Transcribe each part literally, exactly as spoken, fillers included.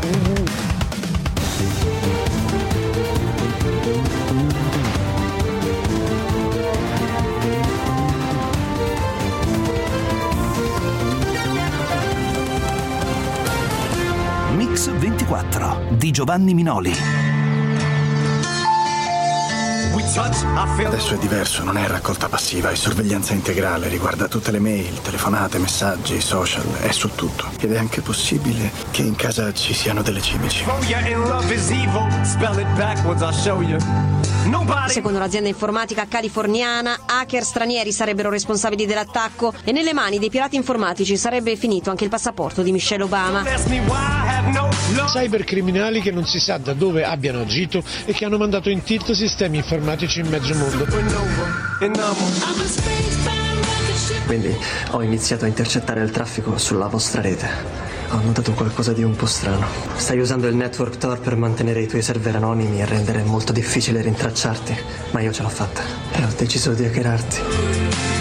Mix ventiquattro di Giovanni Minoli. Adesso è diverso, non è raccolta passiva, è sorveglianza integrale, riguarda tutte le mail, telefonate, messaggi, social, è su tutto. Ed è anche possibile che in casa ci siano delle cimici. Secondo l'azienda informatica californiana, hacker stranieri sarebbero responsabili dell'attacco e nelle mani dei pirati informatici sarebbe finito anche il passaporto di Michelle Obama. Cybercriminali che non si sa da dove abbiano agito e che hanno mandato in tilt sistemi informatici in mezzo mondo. Quindi ho iniziato a intercettare il traffico sulla vostra rete. Ho notato qualcosa di un po' strano. Stai usando il network Tor per mantenere i tuoi server anonimi e rendere molto difficile rintracciarti, ma io ce l'ho fatta e ho deciso di hackerarti.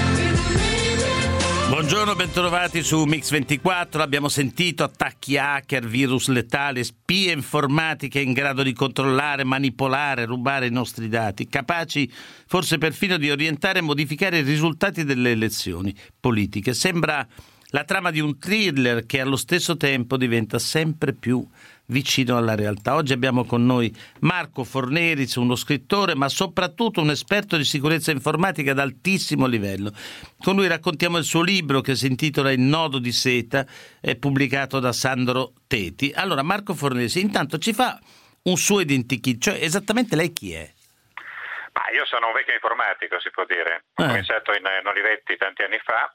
Buongiorno, bentrovati su Mix ventiquattro. Abbiamo sentito attacchi hacker, virus letali, spie informatiche in grado di controllare, manipolare, rubare i nostri dati, capaci forse perfino di orientare e modificare i risultati delle elezioni politiche. Sembra la trama di un thriller che allo stesso tempo diventa sempre più vicino alla realtà. Oggi abbiamo con noi Marco Forneris, uno scrittore ma soprattutto un esperto di sicurezza informatica ad altissimo livello. Con lui raccontiamo il suo libro che si intitola Il nodo di seta, è pubblicato da Sandro Teti. Allora Marco Forneris, intanto ci fa un suo identikit, cioè esattamente lei chi è? Ma io sono un vecchio informatico, si può dire. Ho eh. cominciato in, in Olivetti tanti anni fa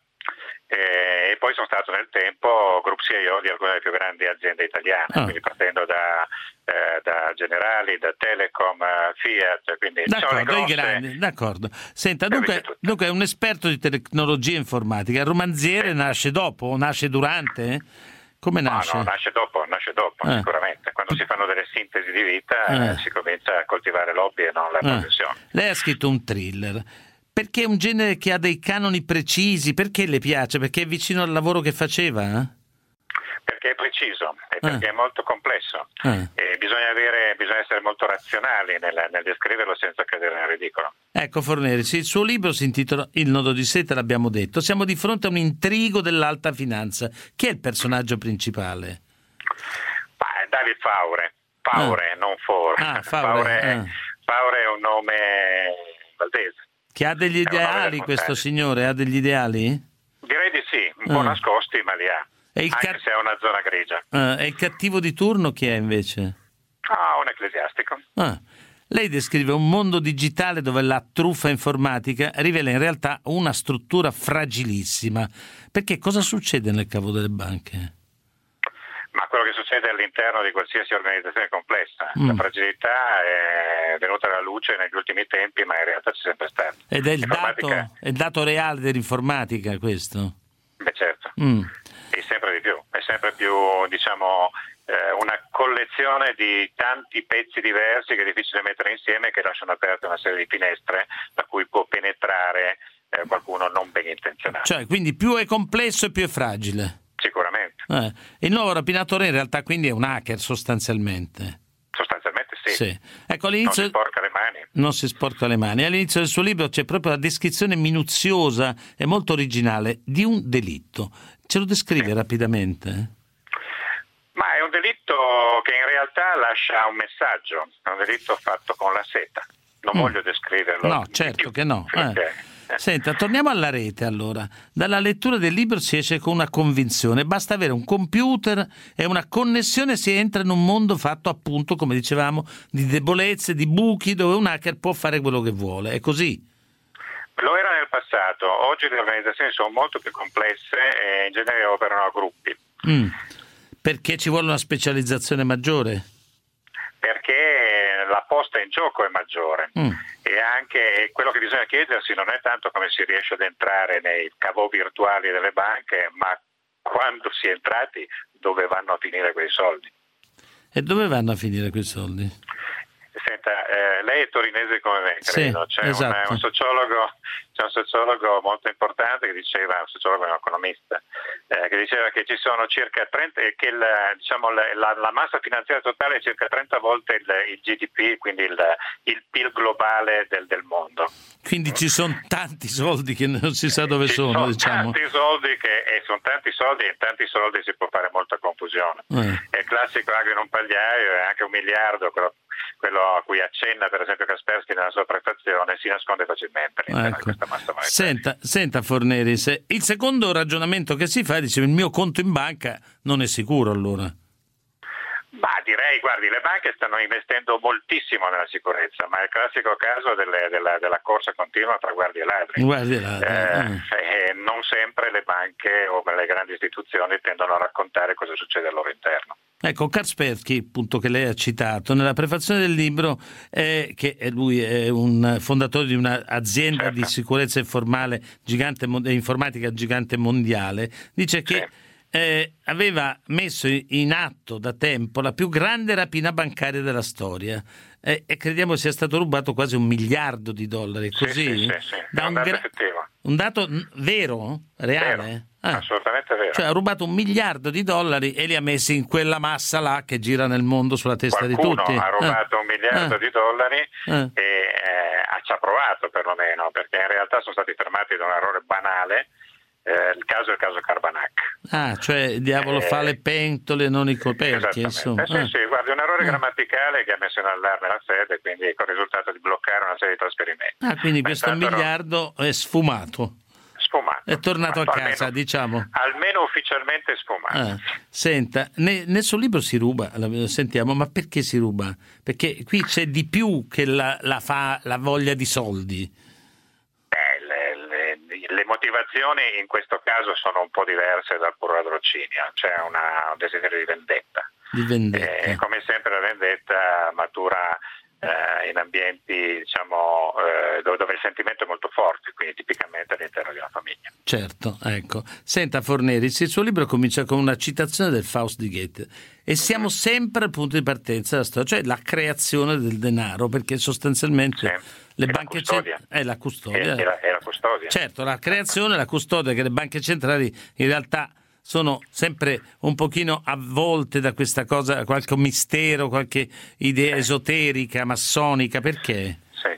e poi sono stato nel tempo group C I O di alcune delle più grandi aziende italiane, oh. quindi partendo da, eh, da Generali, da Telecom, Fiat, quindi d'accordo, grosse... i grandi, d'accordo. Senta, dunque, dunque è un esperto di tecnologia informatica. Il romanziere nasce dopo o nasce durante? Come nasce? No, no, nasce dopo, nasce dopo eh. sicuramente. Quando si fanno delle sintesi di vita eh. si comincia a coltivare l'hobby e non la eh. professione. Lei ha scritto un thriller. Perché è un genere che ha dei canoni precisi? Perché le piace? Perché è vicino al lavoro che faceva? Eh? Perché è preciso e perché eh. è molto complesso. Eh. E bisogna avere, bisogna essere molto razionali nel, nel descriverlo senza cadere nel ridicolo. Ecco Forneris, il suo libro si intitola Il nodo di seta, l'abbiamo detto. Siamo di fronte a un intrigo dell'alta finanza. Chi è il personaggio principale? Beh, David Faure. Faure, ah. non Faure. Ah, Faure. Faure, Ah. Faure è un nome valdese. Che ha degli ideali questo signore? Ha degli ideali? Direi di sì, un po' ah. nascosti, ma li ha. E il anche cat... se è una zona grigia. Ah, e il cattivo di turno chi è invece? Ah, un ecclesiastico. Ah. Lei descrive un mondo digitale dove la truffa informatica rivela in realtà una struttura fragilissima. Perché cosa succede nel cavo delle banche? Ma quello che succede all'interno di qualsiasi organizzazione complessa. Mm. La fragilità è venuta alla luce negli ultimi tempi, ma in realtà c'è sempre stata. Ed è il, dato, è il dato reale dell'informatica questo? Beh certo, mm. e sempre di più, è sempre più diciamo eh, una collezione di tanti pezzi diversi che è difficile mettere insieme e che lasciano aperte una serie di finestre da cui può penetrare eh, qualcuno non ben intenzionato. Cioè, quindi più è complesso e più è fragile? Sicuramente. Eh. Il nuovo rapinatore in realtà quindi è un hacker sostanzialmente. Sostanzialmente sì. sì. Ecco, all'inizio... Non si sporca le mani. Non si sporca le mani. All'inizio del suo libro c'è proprio la descrizione minuziosa e molto originale di un delitto. Ce lo descrive sì. rapidamente? Ma è un delitto che in realtà lascia un messaggio, è un delitto fatto con la seta. Non mm. voglio descriverlo. No, certo più, che no. Perché... Eh. Senta, torniamo alla rete allora. Dalla lettura del libro si esce con una convinzione, basta avere un computer e una connessione, si entra in un mondo fatto appunto, come dicevamo, di debolezze, di buchi, dove un hacker può fare quello che vuole, è così? Lo era nel passato, oggi le organizzazioni sono molto più complesse e in genere operano a gruppi. Mm. Perché ci vuole una specializzazione maggiore? Perché la posta in gioco è maggiore. Mm. E anche quello che bisogna chiedersi non è tanto come si riesce ad entrare nei cavò virtuali delle banche, ma quando si è entrati dove vanno a finire quei soldi. E dove vanno a finire quei soldi? Senta, eh, lei è torinese come me, credo. Sì, c'è esatto. un, un sociologo, c'è un sociologo molto importante che diceva, un sociologo e un economista, eh, che diceva che ci sono circa trenta, che il, diciamo, la, la massa finanziaria totale è circa trenta volte il, il G D P, quindi il, il P I L globale del, del mondo. Quindi ci sono tanti soldi che non si sa dove ci sono, sono diciamo. tanti soldi che e sono tanti soldi e in tanti soldi si può fare molta confusione. Eh. È il classico agro in un pagliaio, è anche un miliardo, quello, quello a cui accenna per esempio Kaspersky nella sua prefazione, si nasconde facilmente all'interno Ecco. di questa massa monetaria. Senta, senta Forneri, se il secondo ragionamento che si fa dice il mio conto in banca non è sicuro allora. Ma direi, guardi, le banche stanno investendo moltissimo nella sicurezza, ma è il classico caso delle, della, della corsa continua tra guardie e ladri. Guardi là, Eh, eh. e non sempre le banche o le grandi istituzioni tendono a raccontare cosa succede al loro interno. Ecco, Kaspersky, appunto, che lei ha citato, nella prefazione del libro, eh, che lui è un fondatore di un'azienda Certo. di sicurezza informale gigante, informatica gigante mondiale, dice che Sì. eh, aveva messo in atto da tempo la più grande rapina bancaria della storia eh, e crediamo sia stato rubato quasi un miliardo di dollari, Sì, così? sì, sì, sì. Da È un dato gra- effettivo. un dato n- vero? Reale? Vero. Ah. Assolutamente vero. Cioè ha rubato un miliardo di dollari e li ha messi in quella massa là che gira nel mondo sulla testa Qualcuno di tutti. ha rubato Ah. un miliardo Ah. di dollari Ah. e eh, ci ha provato perlomeno, perché in realtà sono stati fermati da un errore banale. Eh, il caso è il caso Carbanac. Ah, cioè il diavolo Eh, fa le pentole, non i coperchi, insomma. Eh, sì, Ah. sì, guardi, un errore Ah. grammaticale che ha messo in allarme la Fed e quindi con il risultato di bloccare una serie di trasferimenti. Ah, quindi Ma questo intanto no, miliardo è sfumato. sfumato. È tornato a Sfumato, casa, almeno, diciamo. almeno ufficialmente sfumato. Ah. Senta, ne- nel suo libro si ruba, la- sentiamo, ma perché si ruba? Perché qui c'è di più che la, la, fa, la voglia di soldi. Eh, le, le- le motivazioni in questo caso sono un po' diverse dal puro ladrocinio, c'è una- un desiderio di vendetta. Di vendetta. E come sempre la vendetta matura eh, in ambienti diciamo eh, dove, dove il sentimento è molto forte, quindi tipicamente all'interno di una famiglia. Certo, ecco. Senta Forneri, il suo libro comincia con una citazione del Faust di Goethe e siamo sempre al punto di partenza della storia, cioè la creazione del denaro, perché sostanzialmente Sì. le E la banche custodia. cent- è la custodia. E, e la, e la custodia. Certo, la creazione e la custodia, che le banche centrali in realtà sono sempre un pochino avvolte da questa cosa, qualche mistero, qualche idea esoterica, massonica, perché? Sì.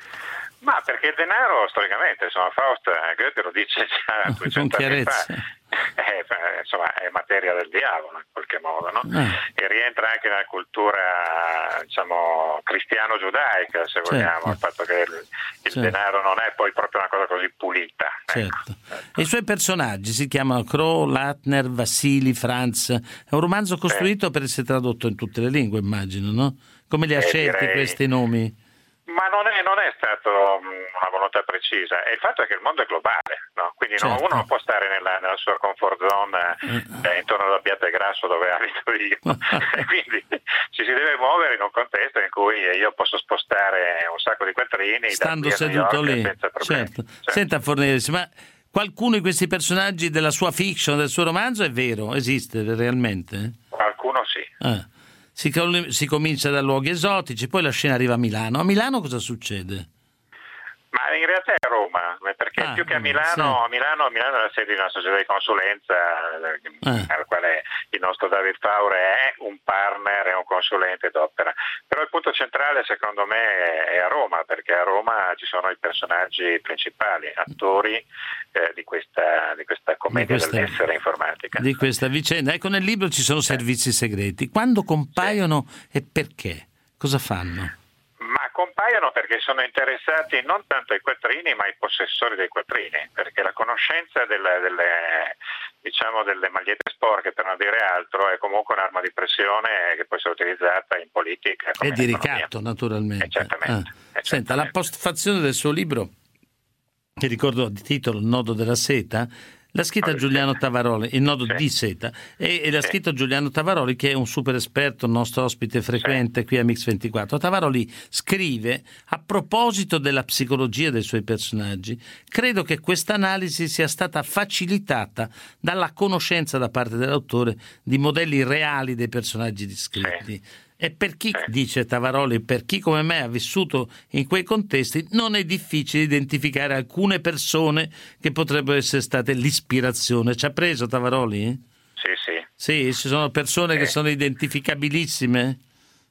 Ma perché il denaro storicamente, insomma, Faust eh, Goethe lo dice già Con duecento anni chiarezza. fa, eh, eh, insomma è materia del diavolo in qualche modo, no? Ah. E rientra anche nella cultura diciamo cristiano-giudaica, se Certo. vogliamo, il fatto che il, il Certo. denaro non è poi proprio una cosa così pulita. Certo. Ecco. E i suoi personaggi si chiamano Crow, Lattner, Vasili, Franz. È un romanzo costruito per essere tradotto in tutte le lingue, immagino, no? Come li ha Eh, scelti direi- questi nomi? Ma non è, non è stato mh, una volontà precisa, e il fatto è che il mondo è globale, no? Quindi no, Certo. uno non può stare nella, nella sua comfort zone eh, intorno all'abbiate grasso dove abito io, quindi ci si deve muovere in un contesto in cui io posso spostare un sacco di quattrini Stando da qui a New seduto York lì. senza problemi. Certo. Certo. Senta Forneri, ma qualcuno di questi personaggi della sua fiction, del suo romanzo è vero? Esiste realmente? Qualcuno sì. Ah. Si, col- si comincia da luoghi esotici, poi la scena arriva a Milano. A Milano cosa succede? Ma in realtà è a Roma, perché Ah, più che a sì. Milano, a Milano, a Milano è la sede di una società di consulenza eh, Ah. al quale il nostro David Faure è un partner, è un consulente d'opera. Però il punto centrale secondo me è, è a Roma, perché a Roma ci sono i personaggi principali, attori eh, di, questa, di questa commedia Di questa- dell'essere informatica. Di questa vicenda. Ecco, nel libro ci sono servizi segreti. Quando compaiono e perché? Cosa fanno? Ma compaiono perché sono interessati non tanto ai quattrini ma ai possessori dei quattrini, perché la conoscenza delle, delle, diciamo, delle magliette sporche, per non dire altro, è comunque un'arma di pressione che può essere utilizzata in politica come È di in economia. ricatto, naturalmente. Eh, certamente, Ah. eh, Senta, certamente. la postfazione del suo libro, che ricordo di titolo Il nodo della seta, l'ha scritta Ah, Giuliano sì. Tavaroli, il nodo Sì. di seta, e, e l'ha Sì. scritto Giuliano Tavaroli, che è un super esperto, un nostro ospite frequente qui a Mix ventiquattro. Tavaroli scrive a proposito della psicologia dei suoi personaggi: credo che questa analisi sia stata facilitata dalla conoscenza da parte dell'autore di modelli reali dei personaggi descritti. Sì. E per chi, dice Tavaroli, per chi come me ha vissuto in quei contesti, non è difficile identificare alcune persone che potrebbero essere state l'ispirazione. Ci ha preso Tavaroli? Sì, sì. Sì, ci sono persone sì. che sono identificabilissime?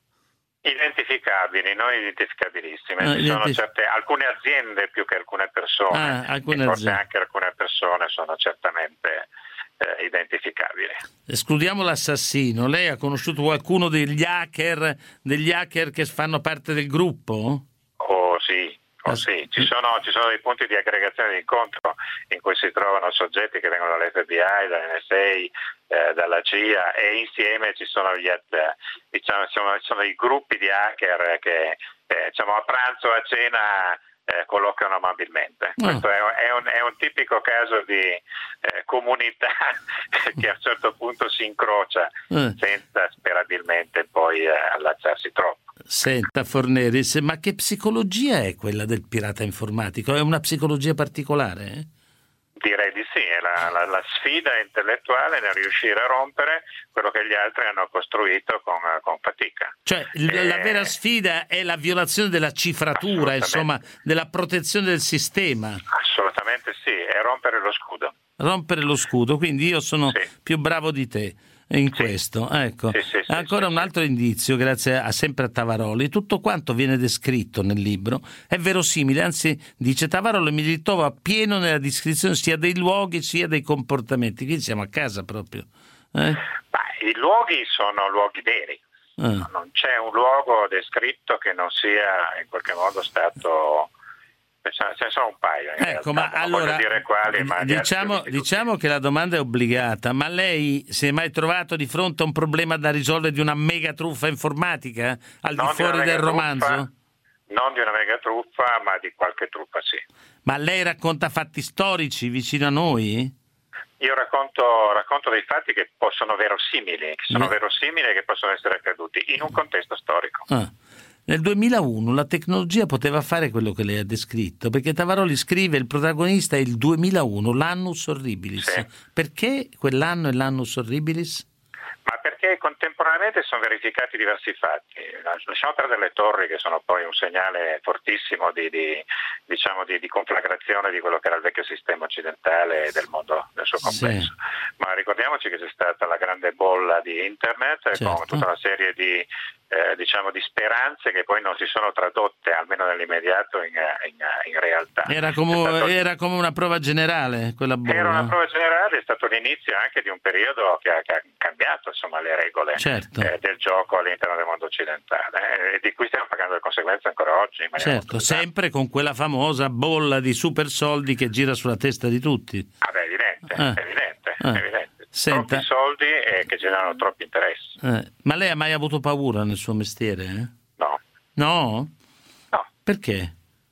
Identificabili, non identificabilissime. Ah, Ci identif- sono certe, alcune aziende più che alcune persone, ah, alcune e forse aziende. anche alcune persone sono certamente eh, identificabili. Escludiamo l'assassino. Lei ha conosciuto qualcuno degli hacker, degli hacker che fanno parte del gruppo? Oh sì, oh, sì. Ci sono, ci sono dei punti di aggregazione di incontro in cui si trovano soggetti che vengono dall'F B I, dall'N S A, eh, dalla C I A, e insieme ci sono gli diciamo, ci sono i gruppi di hacker che eh, diciamo, a pranzo, a cena Eh, collocano amabilmente. Oh. Questo è, è, un, è un tipico caso di eh, comunità che a un certo punto si incrocia eh. senza sperabilmente poi eh, allacciarsi troppo. Senta Forneris, ma che psicologia è quella del pirata informatico? È una psicologia particolare? Eh? Direi di sì, è la, la, la sfida intellettuale nel riuscire a rompere quello che gli altri hanno costruito con, con fatica. Cioè e... la vera sfida è la violazione della cifratura, insomma, della protezione del sistema. Assolutamente sì, è rompere lo scudo. Rompere lo scudo, quindi io sono sì. più bravo di te in sì. questo, ecco. Sì, sì, sì, ancora sì, un altro sì. indizio, grazie a sempre a Tavaroli: tutto quanto viene descritto nel libro è verosimile, anzi, dice Tavaroli, mi ritrovo pieno nella descrizione sia dei luoghi sia dei comportamenti, quindi siamo a casa proprio. Eh? Beh, i luoghi sono luoghi veri, ah. non c'è un luogo descritto che non sia in qualche modo stato... Ce ne sono un paio in ecco, realtà, ma non allora voglio dire quali, ma diciamo, diciamo che la domanda è obbligata, ma lei si è mai trovato di fronte a un problema da risolvere di una mega truffa informatica al non di fuori di del romanzo? Truffa, non di una mega truffa, ma di qualche truffa sì. Ma lei racconta fatti storici vicino a noi? Io racconto, racconto dei fatti che possono verosimili, che sono eh. verosimili e che possono essere accaduti in un contesto storico. Ah. Nel duemilauno la tecnologia poteva fare quello che lei ha descritto, perché Tavaroli scrive il protagonista è il duemilauno, l'annus horribilis. Sì. Perché quell'anno è l'annus horribilis? Ma perché contemporaneamente sono verificati diversi fatti. Lasciamo perdere le torri, che sono poi un segnale fortissimo di, di, diciamo di, di conflagrazione di quello che era il vecchio sistema occidentale e del mondo nel suo complesso. Sì. Ma ricordiamoci che c'è stata la grande bolla di internet, certo. con tutta una serie di Eh, diciamo di speranze che poi non si sono tradotte, almeno nell'immediato, in, in, in realtà. Era come, stato... era come una prova generale quella bolla. Era una prova generale, è stato l'inizio anche di un periodo che ha, che ha cambiato insomma le regole certo. eh, del gioco all'interno del mondo occidentale eh, e di cui stiamo pagando le conseguenze ancora oggi. In certo, sempre con quella famosa bolla di super soldi che gira sulla testa di tutti. Ah beh, è evidente, ah. è evidente, ah. è evidente. Senta. Troppi soldi e che generano troppi interessi. Eh, ma lei ha mai avuto paura nel suo mestiere? Eh? No. No? No. Perché?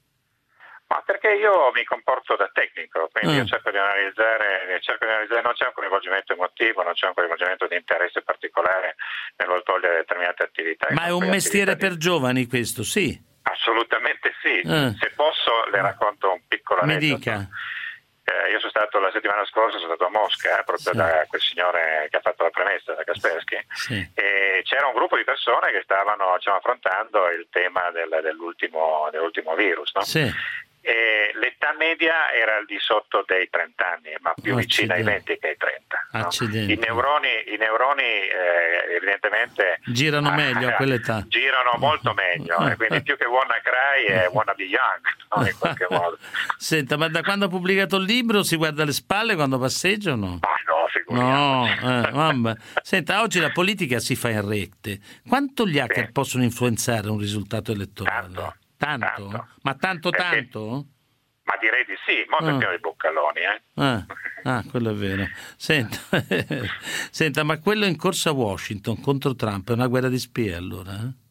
Ma perché io mi comporto da tecnico, quindi eh. io cerco di analizzare, cerco di analizzare, non c'è un coinvolgimento emotivo, non c'è un coinvolgimento di interesse particolare nello svolgere determinate attività. Ma è un mestiere per di... giovani questo, sì? Assolutamente sì. Eh. Se posso le racconto un piccolo aneddoto. Mi dica. Eh, io sono stato la settimana scorsa sono stato a Mosca proprio sì. da quel signore che ha fatto la premessa, da Kaspersky, sì. e c'era un gruppo di persone che stavano diciamo, affrontando il tema del, dell'ultimo, dell'ultimo virus, no? Sì. E l'età media era al di sotto dei trenta anni, ma più Accidenti. vicina ai venti che ai trenta. No? I neuroni, i neuroni eh, evidentemente girano ah, meglio a quell'età. Girano molto meglio, e quindi più che WannaCry è Wanna Be Young, no? In qualche modo. Senta, ma da quando ha pubblicato il libro si guarda alle spalle quando passeggia o no? Ah, no, figuriamoci. No, eh, mamma. Senta, oggi la politica si fa in rete. Quanto gli hacker sì. possono influenzare un risultato elettorale? Tanto. Tanto? Tanto. Ma tanto Perché, tanto? Ma direi di sì, molto ah. più di Boccaloni. Eh? Ah. ah, quello è vero. Senta, senta, ma quello in corsa a Washington contro Trump è una guerra di spie allora?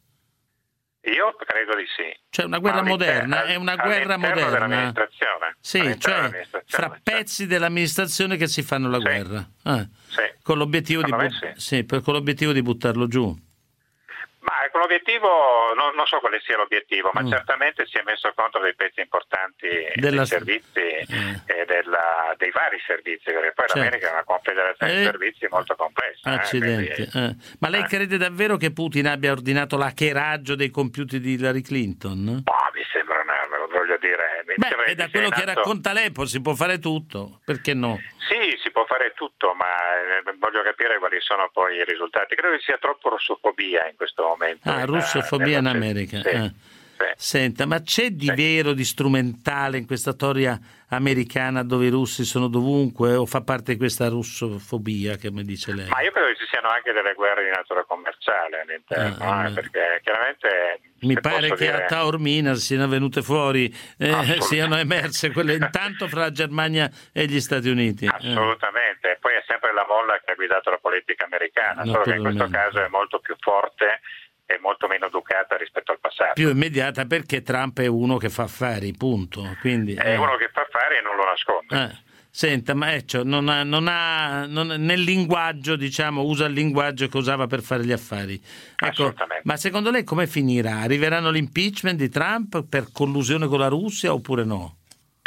Eh? Io credo di sì. Cioè una guerra moderna? È una guerra moderna? Dell'amministrazione. Sì, cioè dell'amministrazione, fra pezzi cioè. dell'amministrazione che si fanno la sì. guerra. Ah. Sì. Con l'obiettivo di, bu- sì. Sì, per, con l'obiettivo di buttarlo giù. Ma Ecco, l'obiettivo, non, non so quale sia l'obiettivo, ma mm. certamente si è messo conto dei pezzi importanti della... dei servizi eh. e della, dei vari servizi, perché poi certo. l'America è una confederazione eh. di servizi molto complessa. Accidenti. Eh, quindi... eh. Ma lei eh. crede davvero che Putin abbia ordinato l'hackeraggio dei computer di Hillary Clinton? Oh, mi sembra una, voglio dire... Mi Beh, sembra è da quello che nato... racconta lei, poi si può fare tutto, perché no? Sì, si può fare tutto, ma voglio capire quali sono poi i risultati. Credo che sia troppo russofobia in questo momento. Ah, in, russofobia in America. Sì, eh. sì. Senta, ma c'è di sì. vero, di strumentale in questa storia americana dove i russi sono dovunque, o fa parte di questa russofobia che mi dice lei? Ma io credo che ci siano anche delle guerre di natura commerciale all'interno, ah, eh, perché chiaramente... Mi pare che dire... a Taormina siano venute fuori, eh, siano emerse quelle intanto fra la Germania e gli Stati Uniti. Assolutamente, eh. Poi è sempre la molla che ha guidato la politica americana, solo che in questo caso è molto più forte e molto meno educata rispetto al passato. Più immediata perché Trump è uno che fa affari, punto. Quindi, è eh. uno che fa affari e non lo nasconde. Eh. Senta, ma ecco, non ha, non ha non, nel linguaggio, diciamo, usa il linguaggio che usava per fare gli affari. Ecco, ma secondo lei come finirà? Arriveranno l'impeachment di Trump per collusione con la Russia oppure no?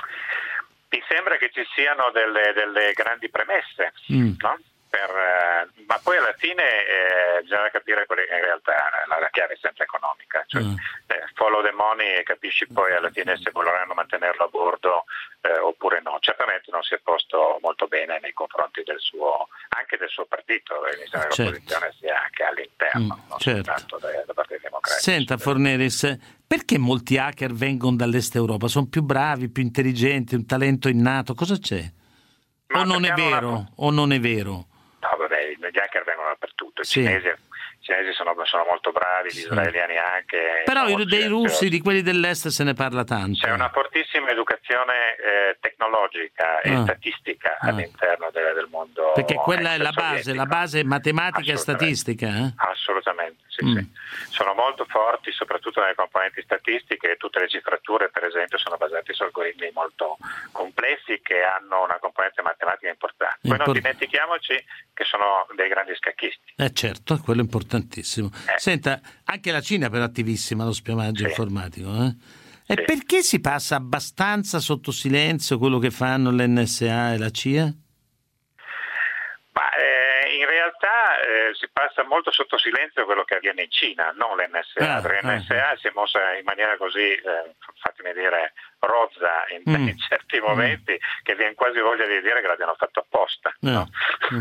Mi sembra che ci siano delle, delle grandi premesse, mm. no? Per, eh, ma poi alla fine eh, bisogna capire qual è in realtà la, la chiave è sempre economica, cioè, mm. eh, follow the money e capisci poi alla fine se vorranno mantenerlo a bordo eh, oppure no. Certamente non si è posto molto bene nei confronti del suo, anche del suo partito, e mi sembra che certo. l'opposizione sia anche all'interno, mm, non certo. soltanto da, da Partito Democratico. Senta Forneris, perché molti hacker vengono dall'est Europa? Sono più bravi, più intelligenti, un talento innato, cosa c'è? Ma o non è vero? Una... O non è vero? No, vabbè, gli hacker vengono dappertutto, i sì. cinesi, i cinesi sono, sono molto bravi, gli sì. israeliani anche. Però dei russi, di quelli dell'est se ne parla tanto. C'è una fortissima educazione eh, tecnologica e ah. statistica ah. all'interno de, del mondo. Perché quella è la base, la base è matematica e statistica. Eh? Assolutamente, sì, mm. sì. Sono molto forti, soprattutto nelle componenti statistiche, e tutte le cifrature, per esempio, sono basate su algoritmi molto complessi che hanno una componente matematica importante. Poi Import- non dimentichiamoci che sono dei grandi scacchisti. Eh certo, quello è importantissimo. Eh. Senta, anche la Cina però è attivissima allo spionaggio sì. informatico. Eh? E sì. perché si passa abbastanza sotto silenzio quello che fanno l'N S A e la C I A? Ma eh, in realtà eh, si passa molto sotto silenzio quello che avviene in Cina, non l'N S A. Ah, perché l'N S A ah. si è mossa in maniera così, eh, fatemi dire, rozza in, mm. in certi momenti mm. che viene quasi voglia di dire che l'abbiano fatto apposta. No. No? Mm.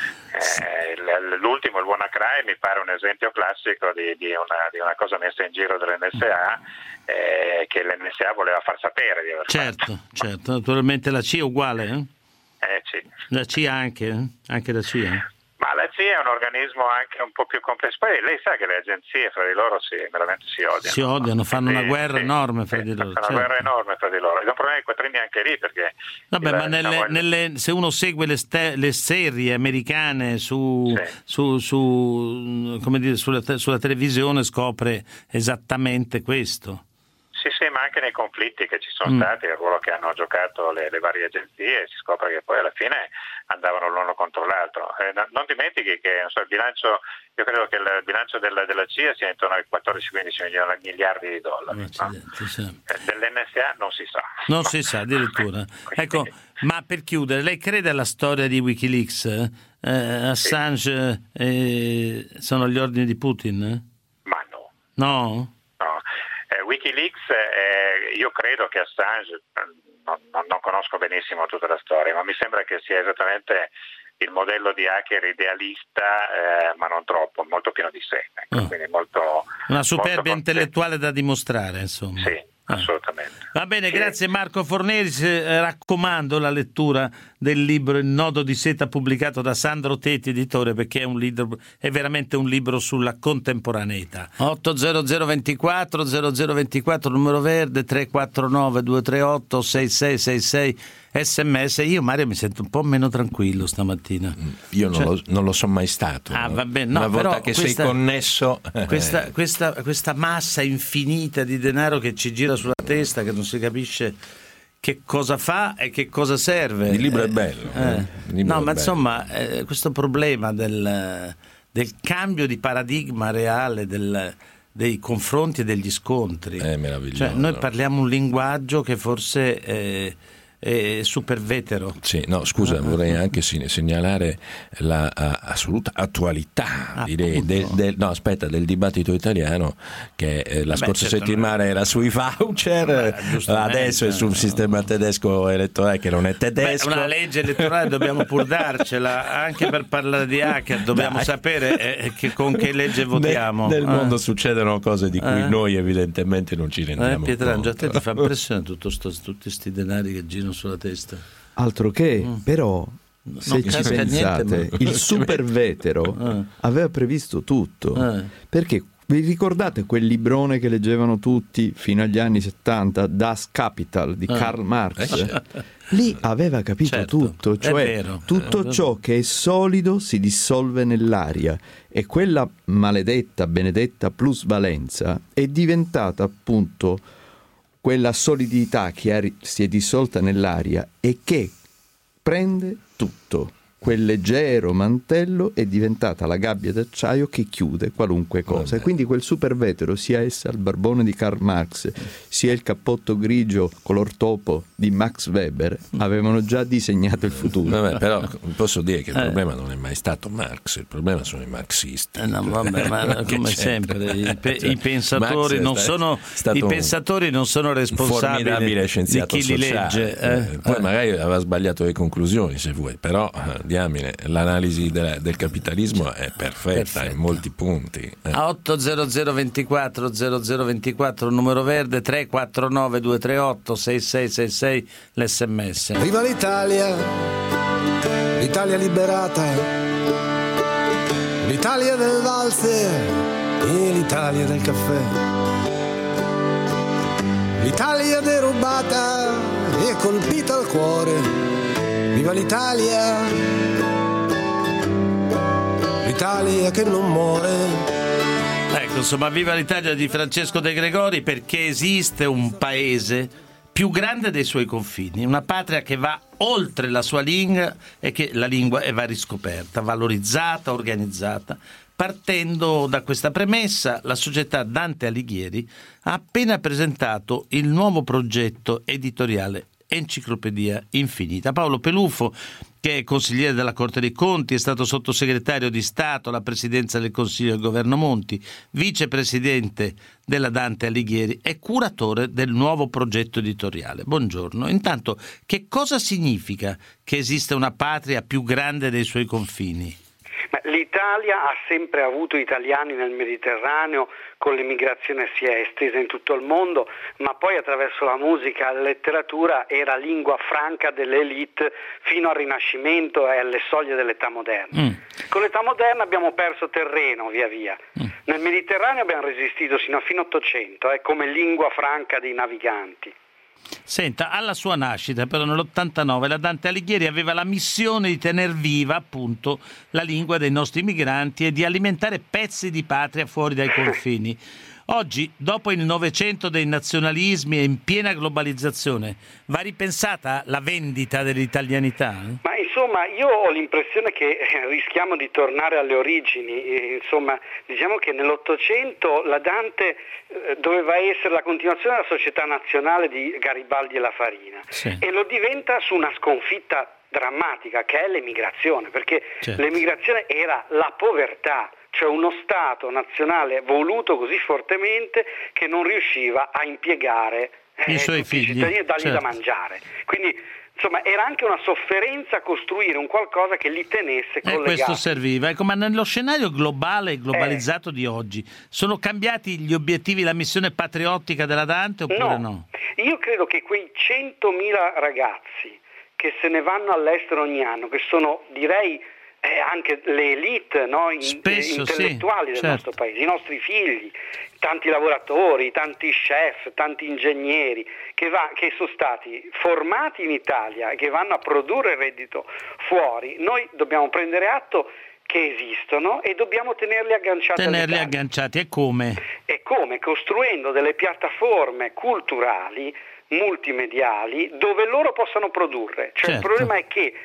Eh, l'ultimo, il WannaCry, mi pare un esempio classico di, di, una, di una cosa messa in giro dall'N S A eh, che l'N S A voleva far sapere di aver certo, fatto. Certo, naturalmente la C I A è uguale, eh? Eh sì. La C I A anche, eh? Anche la C I A. Ma la C I A è un organismo anche un po' più complesso. Poi lei sa che le agenzie fra di loro si, veramente si odiano. Si odiano, fanno una guerra sì, enorme fra sì, di loro. Fanno certo. una guerra enorme fra di loro. È un problema di quattrini anche lì perché... Vabbè, ma nelle, diciamo, nelle, se uno segue le, ste, le serie americane su, sì. su, su come dire, sulla, sulla televisione scopre esattamente questo. Sì, sì, ma anche nei conflitti che ci sono mm. stati, il ruolo che hanno giocato le, le varie agenzie, si scopre che poi alla fine andavano l'uno contro l'altro. Eh, no, non dimentichi che non so, il bilancio, io credo che il bilancio della, della C I A sia intorno ai quattordici quindici miliardi di dollari. No? Sì. Eh, dell'N S A non si sa. Non si sa, addirittura. Ecco, ma per chiudere, lei crede alla storia di Wikileaks? Eh, Assange sì. eh, sono agli ordini di Putin? Ma no. No? Eh, Wikileaks, eh, io credo che Assange, non, non, non conosco benissimo tutta la storia, ma mi sembra che sia esattamente il modello di hacker idealista, eh, ma non troppo, molto pieno di sé. Ecco, oh. quindi molto, una superbia molto intellettuale da dimostrare, insomma. Sì. Assolutamente. Va bene, sì. grazie Marco Forneris. Eh, raccomando la lettura del libro Il nodo di seta pubblicato da Sandro Tetti, editore, perché è un libro, è veramente un libro sulla contemporaneità. otto zero zero ventiquattro zero zero ventiquattro numero verde, tre quattro nove due tre otto sei sei sei sei sms. Io Mario mi sento un po' meno tranquillo stamattina. Io non, cioè... lo, non lo so mai stato. Ah, va bene. No, una volta però che questa, sei connesso questa, questa, questa massa infinita di denaro che ci gira sulla testa, che non si capisce che cosa fa e che cosa serve. Il libro è bello. Eh, eh. Il libro no, è ma bello. insomma eh, questo problema del, del cambio di paradigma reale del dei confronti e degli scontri. È meraviglioso. Cioè, noi parliamo un linguaggio che forse è, è super vetero. Sì, no, scusa, vorrei anche segnalare la a, assoluta attualità Ah, direi, del, del, no, aspetta, del dibattito italiano che eh, la Beh, scorsa certo, settimana no. era sui voucher, Beh, adesso è sul no. sistema tedesco elettorale che non è tedesco. Beh, una legge elettorale dobbiamo pur darcela, anche per parlare di hacker dobbiamo Dai. sapere eh, che, con che legge votiamo. Nel, nel Eh. mondo succedono cose di cui Eh. noi evidentemente non ci Eh, rendiamo Pietrangelo, a te conto. ti fa impressione tutto sto, tutti questi denari che girano sulla testa? Altro che, però, se non ci casca pensate, niente, ma- il super vetero Eh. aveva previsto tutto. Eh. Perché vi ricordate quel librone che leggevano tutti fino agli anni settanta, Das Kapital di Eh. Karl Marx? Eh, certo. Lì aveva capito Certo, tutto, è cioè vero, tutto è vero. ciò che è solido si dissolve nell'aria e quella maledetta, benedetta plusvalenza è diventata appunto quella solidità che ha- si è dissolta nell'aria e che prende tutto. Quel leggero mantello è diventata la gabbia d'acciaio che chiude qualunque cosa. E quindi quel super vetero, sia essa il barbone di Karl Marx, sia il cappotto grigio color topo di Max Weber, avevano già disegnato il futuro. Vabbè, però posso dire che il Eh. problema non è mai stato Marx, il problema sono i marxisti. Eh no, vabbè, ma Che come c'entra? sempre i, pe- Cioè, i pensatori Max è non sta- sono stato i un pensatori non sono responsabili formidabile di scienziato chi li sociale. legge. Eh, eh. Poi Eh. magari aveva sbagliato le conclusioni, se vuoi, però eh, diamine, l'analisi della- del capitalismo è perfetta, Perfetta. in molti punti. eh. A otto zero zero ventiquattro zero zero ventiquattro numero verde, tre quattro nove due tre otto sei sei sei sei l'sms. Viva l'Italia, l'Italia liberata, l'Italia del valzer e l'Italia del caffè, l'Italia derubata e colpita al cuore. Viva l'Italia, l'Italia che non muore. Ecco, insomma, viva l'Italia di Francesco De Gregori, perché esiste un paese più grande dei suoi confini, una patria che va oltre la sua lingua e che la lingua va riscoperta, valorizzata, organizzata. Partendo da questa premessa, la società Dante Alighieri ha appena presentato il nuovo progetto editoriale Enciclopedia Infinita. Paolo Pelufo, che è consigliere della Corte dei Conti, è stato sottosegretario di Stato alla presidenza del Consiglio del Governo Monti, vicepresidente della Dante Alighieri e curatore del nuovo progetto editoriale. Buongiorno. Intanto, che cosa significa che esiste una patria più grande dei suoi confini? L'Italia ha sempre avuto italiani nel Mediterraneo, con l'emigrazione si è estesa in tutto il mondo, ma poi attraverso la musica e la letteratura era lingua franca delle elite fino al Rinascimento e alle soglie dell'età moderna. Mm. Con l'età moderna abbiamo perso terreno via via. Mm. Nel Mediterraneo abbiamo resistito sino a fine Ottocento eh, come lingua franca dei naviganti. Senta, alla sua nascita, però nell'ottantanove, la Dante Alighieri aveva la missione di tener viva appunto la lingua dei nostri migranti e di alimentare pezzi di patria fuori dai confini. Oggi, dopo il Novecento dei nazionalismi e in piena globalizzazione, va ripensata la vendita dell'italianità? Ma insomma, io ho l'impressione che rischiamo di tornare alle origini. Insomma, diciamo che nell'Ottocento la Dante eh, doveva essere la continuazione della società nazionale di Garibaldi e La Farina, sì. E lo diventa su una sconfitta drammatica che è l'emigrazione, perché certo. L'emigrazione era la povertà. Cioè uno Stato nazionale voluto così fortemente che non riusciva a impiegare eh, i suoi figli, i cittadini e dargli certo. da mangiare. Quindi insomma era anche una sofferenza costruire un qualcosa che li tenesse collegati. E questo serviva. Ecco, ma nello scenario globale e globalizzato eh. di oggi sono cambiati gli obiettivi, la missione patriottica della Dante oppure no? No, io credo che quei centomila ragazzi che se ne vanno all'estero ogni anno, che sono direi Eh, anche le elite no, in, Spesso, intellettuali sì, del certo. nostro paese, i nostri figli, tanti lavoratori, tanti chef, tanti ingegneri che, va, che sono stati formati in Italia e che vanno a produrre reddito fuori, noi dobbiamo prendere atto che esistono e dobbiamo tenerli agganciati tenerli agganciati e come? E come? Costruendo delle piattaforme culturali multimediali dove loro possano produrre, cioè certo. Il problema è che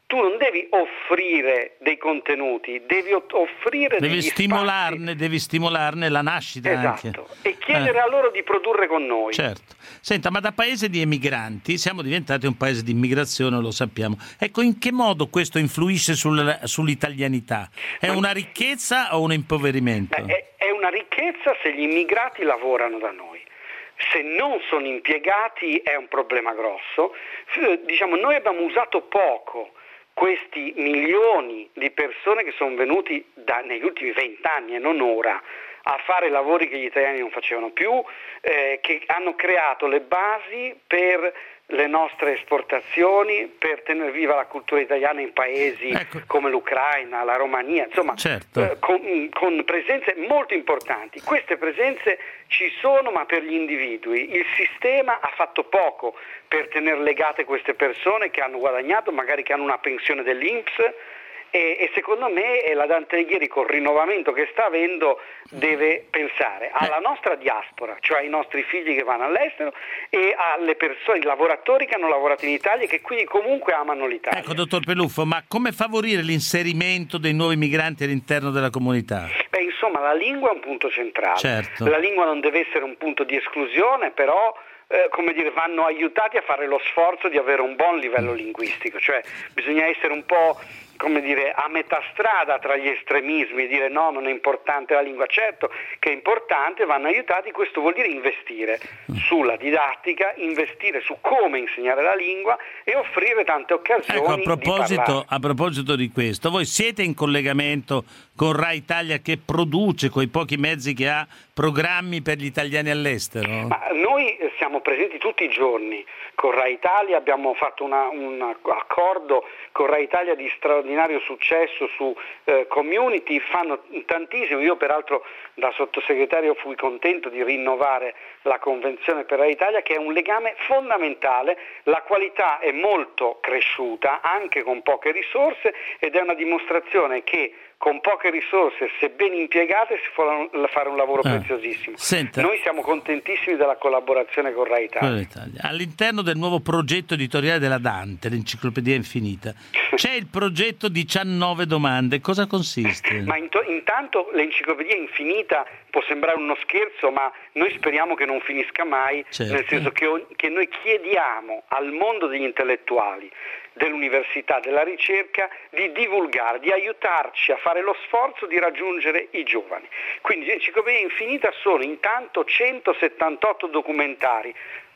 tu non devi offrire dei contenuti, devi offrire devi degli stimolarne, spazi. Devi stimolarne la nascita esatto. anche. E chiedere eh. a loro di produrre con noi. Certo. Senta, ma da paese di emigranti siamo diventati un paese di immigrazione, lo sappiamo. Ecco, in che modo questo influisce sul, sull'italianità? È una ricchezza o un impoverimento? Beh, è, è una ricchezza se gli immigrati lavorano da noi. Se non sono impiegati è un problema grosso. Diciamo, noi abbiamo usato poco questi milioni di persone che sono venuti da, negli ultimi vent'anni e non ora a fare lavori che gli italiani non facevano più, eh, che hanno creato le basi per le nostre esportazioni, per tenere viva la cultura italiana in paesi ecco. come l'Ucraina, la Romania, insomma certo. eh, con, con presenze molto importanti. Queste presenze ci sono, ma per gli individui. Il sistema ha fatto poco per tenere legate queste persone che hanno guadagnato, magari che hanno una pensione dell'I N P S, e, e secondo me la Dante Alighieri, col rinnovamento che sta avendo, deve pensare alla nostra diaspora, cioè ai nostri figli che vanno all'estero, e alle persone, i lavoratori che hanno lavorato in Italia e che quindi comunque amano l'Italia. Ecco, dottor Peluffo, ma come favorire l'inserimento dei nuovi migranti all'interno della comunità? Beh, insomma, la lingua è un punto centrale. Certo. La lingua non deve essere un punto di esclusione, però Eh, come dire, vanno aiutati a fare lo sforzo di avere un buon livello linguistico, cioè bisogna essere un po', come dire, a metà strada tra gli estremismi e dire no, non è importante la lingua. Certo che è importante, vanno aiutati, questo vuol dire investire sulla didattica, investire su come insegnare la lingua e offrire tante occasioni. Ecco, a proposito, di a proposito di questo, voi siete in collegamento con Rai Italia, che produce, coi pochi mezzi che ha, programmi per gli italiani all'estero? Ma noi siamo presenti tutti i giorni con Rai Italia, abbiamo fatto una, un accordo con Rai Italia di straordinario successo su eh, community, fanno tantissimo. Io peraltro da sottosegretario fui contento di rinnovare la convenzione per Rai Italia, che è un legame fondamentale. La qualità è molto cresciuta anche con poche risorse ed è una dimostrazione che con poche risorse, se ben impiegate, si può fare un lavoro ah, preziosissimo. Senta. Noi siamo contentissimi della collaborazione con Rai Italia. Italia. All'interno del nuovo progetto editoriale della Dante, l'Enciclopedia Infinita, c'è il progetto diciannove domande. Cosa consiste? Ma into- intanto l'Enciclopedia Infinita può sembrare uno scherzo, ma noi speriamo che non finisca mai, certo. nel senso che, o- che noi chiediamo al mondo degli intellettuali, dell'università, della ricerca, di divulgare, di aiutarci a fare lo sforzo di raggiungere i giovani. Quindi l'Enciclopedia Infinita sono intanto centosettantotto documentari,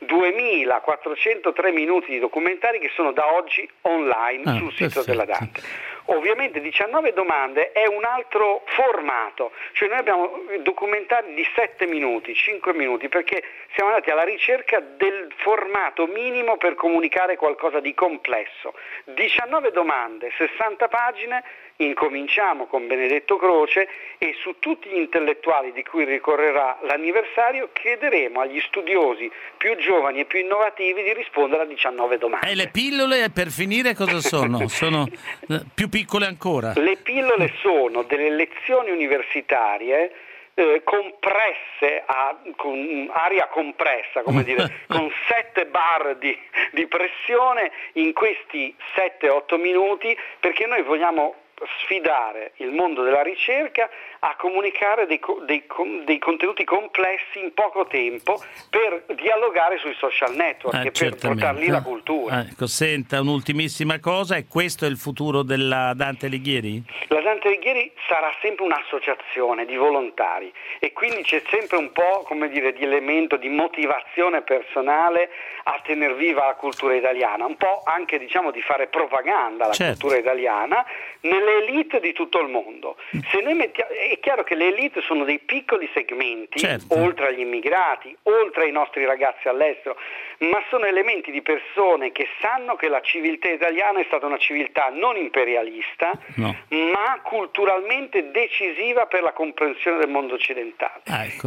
duemilaquattrocentotre minuti di documentari che sono da oggi online ah, sul sito perfetto. della Dante. Ovviamente diciannove domande è un altro formato, cioè noi abbiamo documentari di sette minuti, cinque minuti, perché siamo andati alla ricerca del formato minimo per comunicare qualcosa di complesso. diciannove domande, sessanta pagine, incominciamo con Benedetto Croce e su tutti gli intellettuali di cui ricorrerà l'anniversario chiederemo agli studiosi più giovani e più innovativi di rispondere a diciannove domande. E le pillole, per finire, cosa sono? Sono più piccole ancora? Le pillole sono delle lezioni universitarie eh, compresse, a, con aria compressa, come dire, con sette bar di, di pressione in questi sette otto minuti, perché noi vogliamo sfidare il mondo della ricerca a comunicare dei, dei, dei contenuti complessi in poco tempo per dialogare sui social network ah, e per portarli la cultura. Ah, ecco, senta, un'ultimissima cosa, e questo è il futuro della Dante Alighieri? La Dante Alighieri sarà sempre un'associazione di volontari e quindi c'è sempre un po', come dire, di elemento di motivazione personale a tener viva la cultura italiana, un po' anche, diciamo, di fare propaganda alla certo. cultura italiana nelle elite di tutto il mondo. Se noi mettiamo, è chiaro che le elite sono dei piccoli segmenti, certo. oltre agli immigrati, oltre ai nostri ragazzi all'estero, ma sono elementi di persone che sanno che la civiltà italiana è stata una civiltà non imperialista, no. ma culturalmente decisiva per la comprensione del mondo occidentale. Ah, ecco. È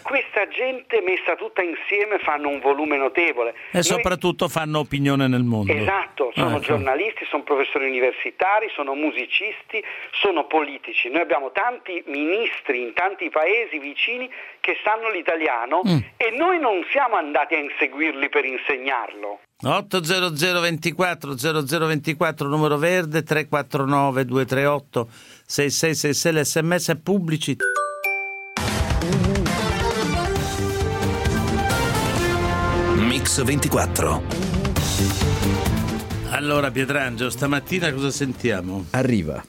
questa gente messa tutta insieme fanno un volume notevole. E Noi... soprattutto fanno opinione nel mondo. Esatto, sono ah, giornalisti, sono professori universitari, sono musicisti, sono politici. Noi abbiamo tanti ministri in tanti paesi vicini che sanno l'italiano mm. e noi non siamo andati a inseguirli per insegnarlo. otto zero zero ventiquattro zero zero ventiquattro numero verde, tre quattro nove due tre otto sei sei sei sei l'sms pubblici. Mix ventiquattro. Allora Pietrangelo, stamattina cosa sentiamo? Arriva.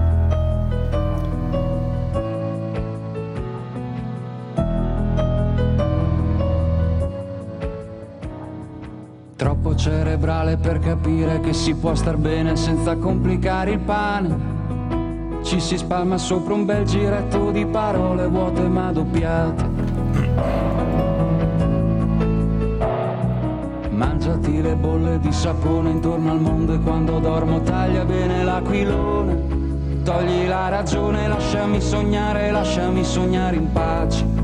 Troppo cerebrale per capire che si può star bene senza complicare il pane. Ci si spalma sopra un bel giretto di parole vuote ma doppiate. Mangiati le bolle di sapone intorno al mondo e quando dormo taglia bene l'aquilone. Togli la ragione, lasciami sognare, lasciami sognare in pace.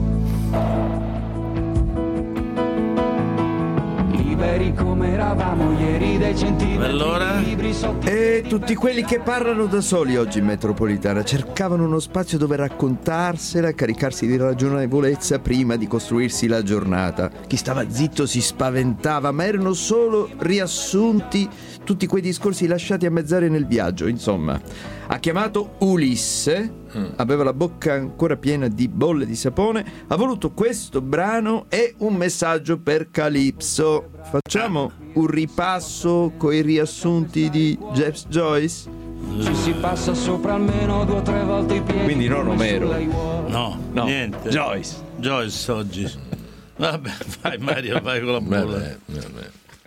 Come eravamo ieri dai centimetri allora? E tutti quelli che parlano da soli oggi in metropolitana cercavano uno spazio dove raccontarsela, caricarsi di ragionevolezza prima di costruirsi la giornata. Chi stava zitto si spaventava, ma erano solo riassunti tutti quei discorsi lasciati a mezz'aria nel viaggio. Insomma, ha chiamato Ulisse, aveva la bocca ancora piena di bolle di sapone, ha voluto questo brano e un messaggio per Calypso. Facciamo un ripasso coi riassunti di Jeff Joyce? Ci si passa sopra almeno due o tre volte i piedi. Quindi non Omero. No, no, niente. Joyce. Joyce oggi. Vabbè, vai Mario, vai con la bolla. Vabbè, vabbè.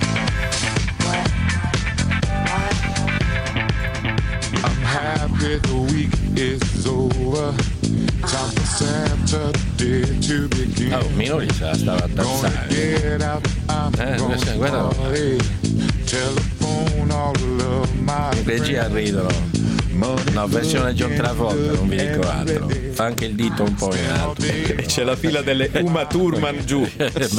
Happy the week is over. Time for Saturday to begin. Oh, Minoli se la stava a danzare. Eh, invece, guarda. Telephone all of my regia ridono. No, versione John Travolta, non vi dico altro. Fa anche il dito un po' in alto. C'è la fila delle Uma Thurman giù.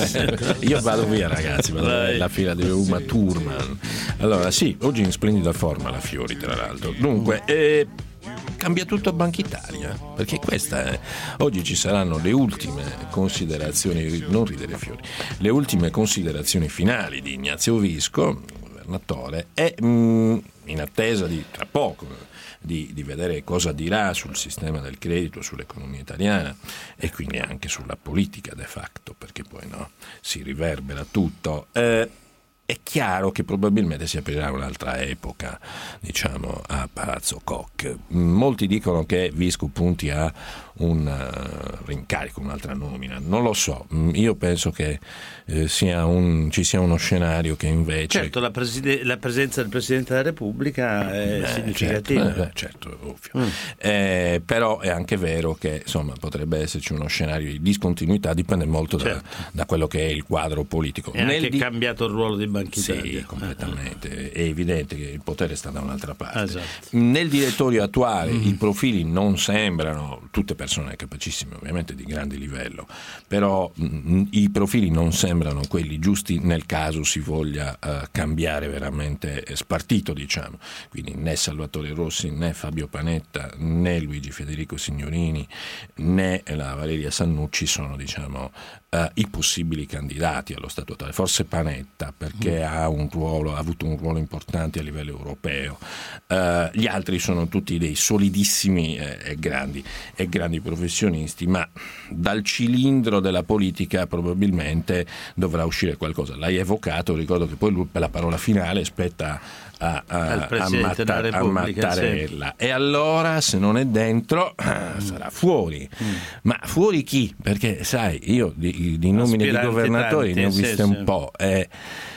Io vado via, ragazzi, vado via, la fila delle Uma Thurman. Allora, sì, oggi in splendida forma la Fiori, tra l'altro. Dunque, eh, cambia tutto a Banca Italia, perché questa è, oggi ci saranno le ultime considerazioni, non ridere Fiori, le ultime considerazioni finali di Ignazio Visco, governatore, e mh, in attesa di tra poco Di, di vedere cosa dirà sul sistema del credito, sull'economia italiana e quindi anche sulla politica de facto, perché poi no, si riverbera tutto. Eh, è chiaro che probabilmente si aprirà un'altra epoca, diciamo, a Palazzo Koch. Molti dicono che Visco punti a un uh, rincarico, un'altra nomina. Non lo so, io penso che eh, sia un, ci sia uno scenario che invece... Certo, la, preside- la presenza del Presidente della Repubblica è eh, significativa. Certo, eh, certo ovvio. Mm. Eh, però è anche vero che insomma potrebbe esserci uno scenario di discontinuità, dipende molto certo. da, da quello che è il quadro politico. È Nel anche di... cambiato il ruolo di Banca Italia. Sì, completamente. È evidente che il potere sta da un'altra parte. Esatto. Nel direttorio attuale mm. i profili non sembrano, tutte persone capacissime ovviamente di grande livello, però mh, i profili non sembrano quelli giusti nel caso si voglia uh, cambiare veramente eh, spartito, diciamo. Quindi né Salvatore Rossi, né Fabio Panetta, né Luigi Federico Signorini, né la Valeria Sannucci sono, diciamo, uh, i possibili candidati allo stato attuale. Forse Panetta perché mm. ha un ruolo, ha avuto un ruolo importante a livello europeo. Uh, gli altri sono tutti dei solidissimi eh, e grandi e grandi professionisti, ma dal cilindro della politica probabilmente dovrà uscire qualcosa. L'hai evocato, ricordo che poi lui, per la parola finale spetta a, a, a, Matta, a Mattarella, sì. E allora se non è dentro mm. sarà fuori. Mm. Ma fuori chi? Perché sai, io di, di nomine di governatori tanti, ne ho viste sì, un sì. po'. Eh,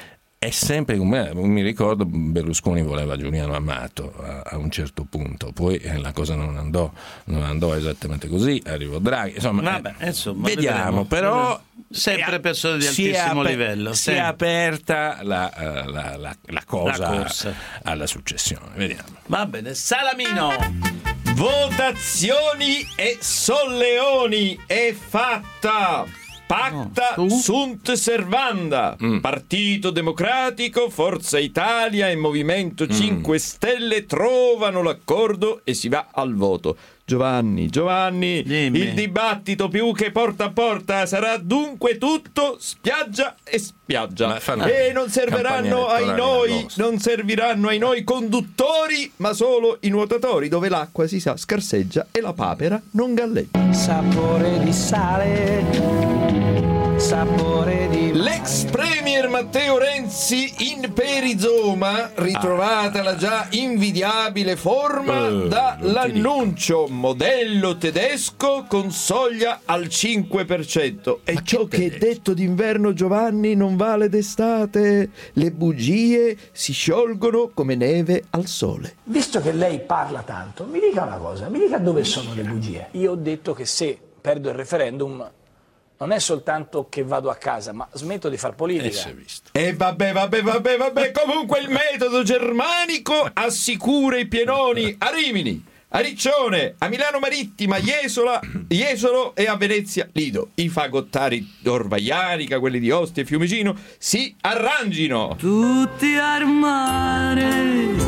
È sempre come mi ricordo Berlusconi voleva Giuliano Amato a, a un certo punto, poi eh, la cosa non andò, non andò esattamente così, arrivò Draghi, insomma, Vabbè, eh, insomma vediamo, vedremo. però sempre è, persone di si altissimo aper- livello, si è aperta la, uh, la, la, la cosa la corsa alla successione, vediamo. Va bene, Salamino. Votazioni e solleoni è fatta. Pacta no, sunt servanda. Mm. Partito Democratico, Forza Italia e Movimento mm. cinque Stelle trovano l'accordo e si va al voto. Giovanni, Giovanni, Dimmi. Il dibattito più che porta a porta sarà dunque tutto spiaggia e spiaggia. E non serviranno ai noi, non serviranno ai noi conduttori, ma solo i nuotatori, dove l'acqua si sa scarseggia e la papera non galleggia. Sapore di sale, sapore di l'ex premier Matteo Renzi in perizoma, ritrovata la già invidiabile forma uh, dall'annuncio modello tedesco con soglia al cinque per cento. E ciò che, che è detto d'inverno, Giovanni, non vale d'estate. Le bugie si sciolgono come neve al sole. Visto che lei parla tanto, mi dica una cosa, mi dica dove sono le bugie. Io ho detto che se perdo il referendum non è soltanto che vado a casa, ma smetto di far politica. E eh, vabbè, vabbè, vabbè, vabbè, comunque il metodo germanico assicura i pienoni a Rimini, a Riccione, a Milano Marittima, Jesola, Jesolo e a Venezia Lido. I fagottari d'Orvaianica, quelli di Ostia e Fiumicino, si arrangino. Tutti al mare.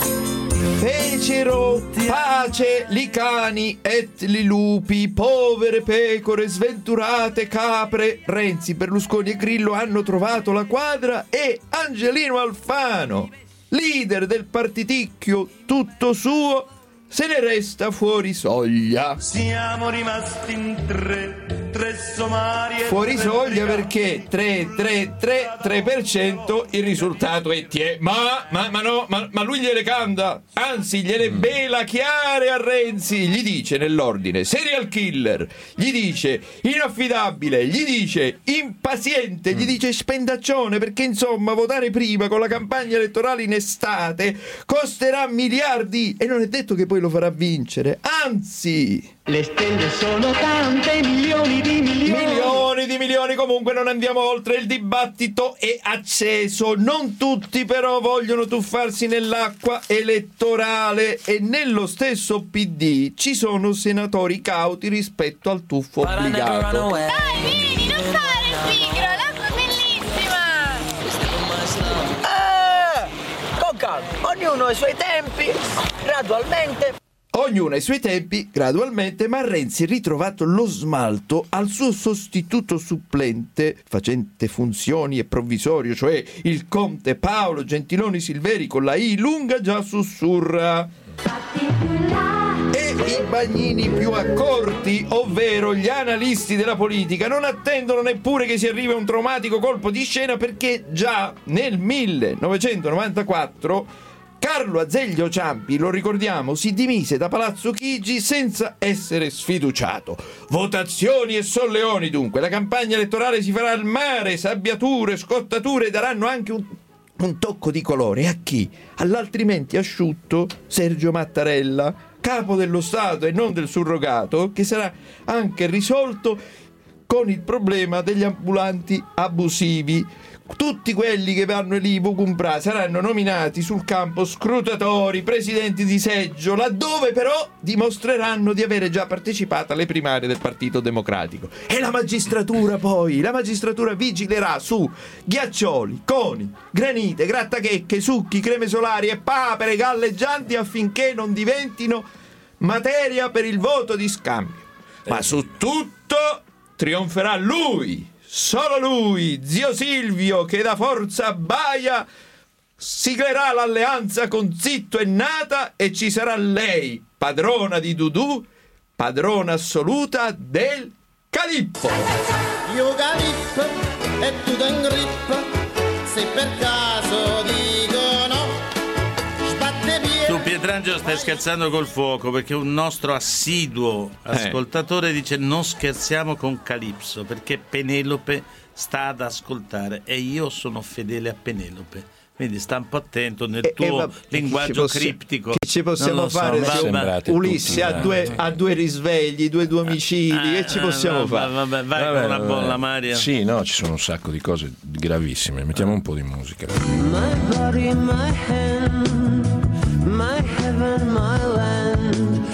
Fecero pace li cani et li lupi, povere pecore, sventurate capre. Renzi, Berlusconi e Grillo hanno trovato la quadra e Angelino Alfano, leader del partiticchio tutto suo, se ne resta fuori soglia. Siamo rimasti in tre, tre somari. Fuori soglia perché tre, tre, tre, tre per cento il risultato è tie. Ma, ma, ma no, ma, ma lui gliele canta, anzi gliele bela chiare a Renzi. Gli dice nell'ordine serial killer, gli dice inaffidabile, gli dice impaziente, gli dice spendaccione, perché insomma votare prima con la campagna elettorale in estate costerà miliardi e non è detto che poi lo farà vincere, anzi le stelle sono tante, milioni di milioni milioni di milioni. Comunque non andiamo oltre, il dibattito è acceso, non tutti però vogliono tuffarsi nell'acqua elettorale e nello stesso P D ci sono senatori cauti rispetto al tuffo obbligato. Dai, vieni, non fare pigro, l'acqua è bellissima. Ah, con calma, ognuno ha i suoi tempi, gradualmente. Ognuno ha i suoi tempi, gradualmente, ma Renzi ha ritrovato lo smalto al suo sostituto supplente, facente funzioni e provvisorio, cioè il conte Paolo Gentiloni Silveri con la I lunga già sussurra. E i bagnini più accorti, ovvero gli analisti della politica, non attendono neppure che si arrivi a un traumatico colpo di scena, perché già nel millenovecentonovantaquattro Carlo Azeglio Ciampi, lo ricordiamo, si dimise da Palazzo Chigi senza essere sfiduciato. Votazioni e solleoni dunque, la campagna elettorale si farà al mare, sabbiature, scottature daranno anche un, un tocco di colore. A chi? All'altrimenti asciutto Sergio Mattarella, capo dello Stato e non del surrogato, che sarà anche risolto con il problema degli ambulanti abusivi. Tutti quelli che vanno lì Vucumpra saranno nominati sul campo scrutatori, presidenti di seggio, laddove però dimostreranno di avere già partecipato alle primarie del Partito Democratico. E la magistratura poi, la magistratura vigilerà su ghiaccioli, coni, granite, grattachecche, succhi, creme solari e papere galleggianti affinché non diventino materia per il voto di scambio. Ma su tutto trionferà lui, solo lui, zio Silvio, che da Forza Baia siglerà l'alleanza con Zitto e Nata e ci sarà lei, padrona di Dudu, padrona assoluta del Calippo. Io Calippo e tu in grip, se per caso dico no, sbatte piede. Tu Pietrangelo stai scherzando col fuoco, perché un nostro assiduo ascoltatore eh. dice non scherziamo con Calipso perché Penelope sta ad ascoltare e io sono fedele a Penelope. Quindi sta un po' attento nel e, tuo e va, linguaggio possi- criptico. Che ci possiamo fare? So, Ulisse ha due, ha due risvegli, due due omicidi. Ah, che ci possiamo ah, fare? Vabbè, vai vabbè, con una bolla, vabbè. Maria. Sì, no, ci sono un sacco di cose gravissime. Mettiamo un po' di musica. My body, my hand, my heaven, my land, my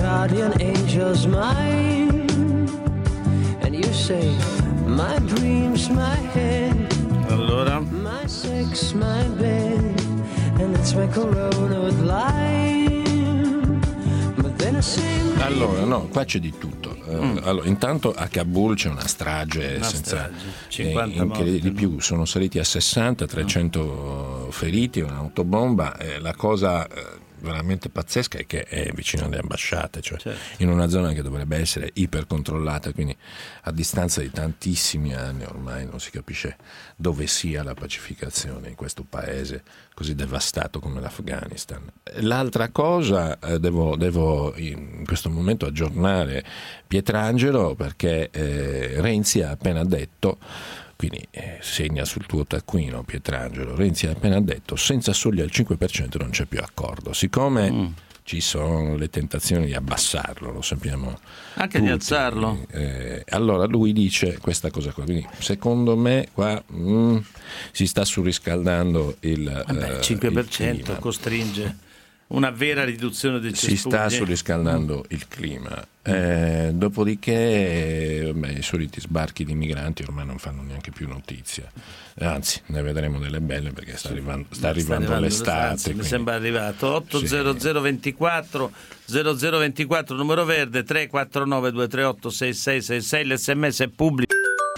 guardian angel's mine. And you say, my dreams, my head. Allora? My sex, my bed. And it's my corona with lime. But then I say, allora, no, qua c'è di tutto. Mm. Allora, intanto a Kabul c'è una strage una senza cinquanta eh, morti, di più, sono saliti a sessanta, trecento mm. feriti, un'autobomba. Eh, la cosa eh, veramente pazzesca è che è vicino alle ambasciate, cioè certo. in una zona che dovrebbe essere ipercontrollata, quindi a distanza di tantissimi anni ormai non si capisce dove sia la pacificazione in questo paese così devastato come l'Afghanistan. L'altra cosa, eh, devo, devo in questo momento aggiornare Pietrangelo, perché eh, Renzi ha appena detto, quindi eh, segna sul tuo taccuino Pietrangelo, Renzi ha appena detto senza soglia al cinque per cento non c'è più accordo, siccome mm. ci sono le tentazioni di abbassarlo, lo sappiamo anche tutti, di alzarlo, eh, allora lui dice questa cosa qua, quindi secondo me qua mm, si sta surriscaldando il, Vabbè, il cinque per cento, il costringe una vera riduzione del cespugli. Si sta surriscaldando mm. il clima. Eh, dopodiché beh, i soliti sbarchi di migranti ormai non fanno neanche più notizia, anzi ne vedremo delle belle perché sta arrivando, sta arrivando, sta arrivando l'estate, l'estate mi sembra arrivato otto zero zero ventiquattro zero zero ventiquattro numero verde, tre quattro nove due tre otto sei sei sei sei, l'sms è pubblico.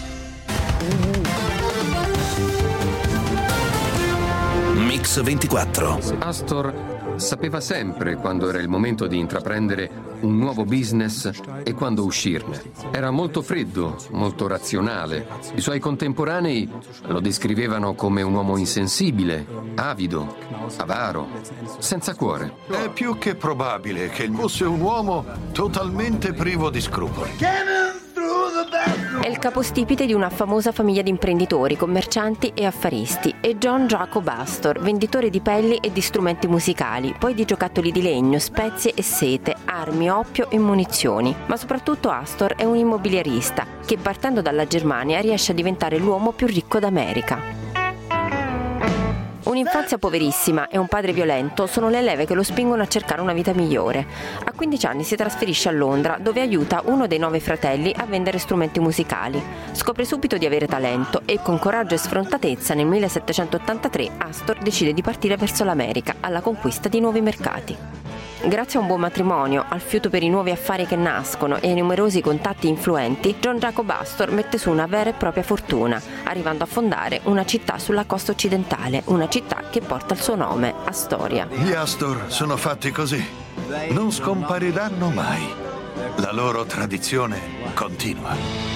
Mix ventiquattro. Astor sapeva sempre quando era il momento di intraprendere un nuovo business e quando uscirne. Era molto freddo, molto razionale. I suoi contemporanei lo descrivevano come un uomo insensibile, avido, avaro, senza cuore. È più che probabile che fosse un uomo totalmente privo di scrupoli. È il capostipite di una famosa famiglia di imprenditori, commercianti e affaristi. È John Jacob Astor, venditore di pelli e di strumenti musicali, poi di giocattoli di legno, spezie e sete, armi, oppio e munizioni. Ma soprattutto Astor è un immobiliarista che, partendo dalla Germania, riesce a diventare l'uomo più ricco d'America. Un'infanzia poverissima e un padre violento sono le leve che lo spingono a cercare una vita migliore. A quindici anni si trasferisce a Londra, dove aiuta uno dei nove fratelli a vendere strumenti musicali. Scopre subito di avere talento e con coraggio e sfrontatezza nel millesettecentottantatré Astor decide di partire verso l'America alla conquista di nuovi mercati. Grazie a un buon matrimonio, al fiuto per i nuovi affari che nascono e ai numerosi contatti influenti, John Jacob Astor mette su una vera e propria fortuna, arrivando a fondare una città sulla costa occidentale, una città che porta il suo nome, Astoria. Gli Astor sono fatti così, non scompariranno mai. La loro tradizione continua.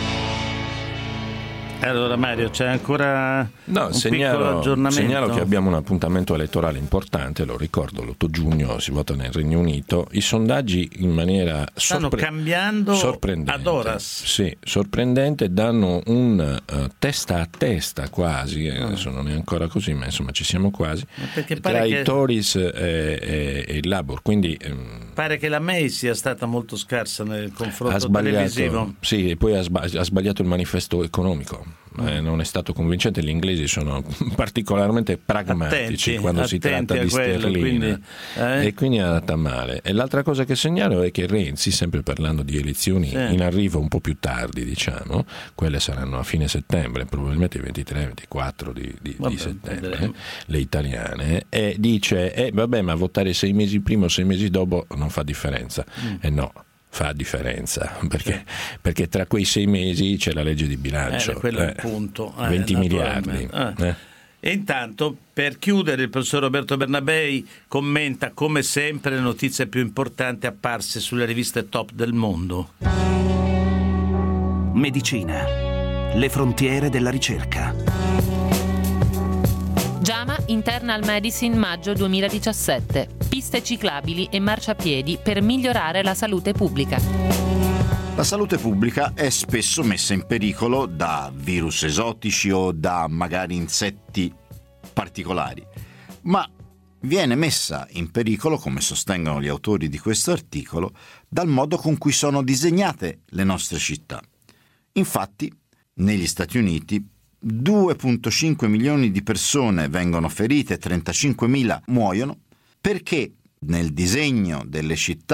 Allora Mario, c'è ancora no, un segnalo, piccolo aggiornamento? Segnalo che abbiamo un appuntamento elettorale importante, lo ricordo, l'otto giugno si vota nel Regno Unito. I sondaggi in maniera stanno sorpre- cambiando sorprendente, ad horas. Sì, sorprendente, danno un uh, testa a testa quasi, eh, adesso non è ancora così, ma insomma ci siamo quasi, tra che... i Tories e, e, e il Labour, quindi ehm, pare che la May sia stata molto scarsa nel confronto ha sbagliato, televisivo. Sì, e poi ha, sba- ha sbagliato il manifesto economico. Eh, non è stato convincente. Gli inglesi sono particolarmente pragmatici attenti, quando attenti si tratta di quello, sterlina quindi, eh? e quindi è andata male. E l'altra cosa che segnalo è che Renzi, sempre parlando di elezioni sì. in arrivo un po' più tardi, diciamo, quelle saranno a fine settembre, probabilmente il ventitré ventiquattro di, di, vabbè, di settembre, vedremo. Le italiane, e dice eh, vabbè, ma votare sei mesi prima o sei mesi dopo non fa differenza. Mm. E no, fa differenza, perché, sì. perché tra quei sei mesi c'è la legge di bilancio, eh, quello è il punto. Eh, venti miliardi. Eh. Eh. E intanto, per chiudere, il professor Roberto Bernabei commenta come sempre le notizie più importanti apparse sulle riviste top del mondo. Medicina, le frontiere della ricerca. JAMA Internal Medicine maggio duemiladiciassette. Piste ciclabili e marciapiedi per migliorare la salute pubblica. La salute pubblica è spesso messa in pericolo da virus esotici o da magari insetti particolari, ma viene messa in pericolo, come sostengono gli autori di questo articolo, dal modo con cui sono disegnate le nostre città. Infatti, negli Stati Uniti due virgola cinque milioni di persone vengono ferite e trentacinquemila muoiono perché nel disegno delle città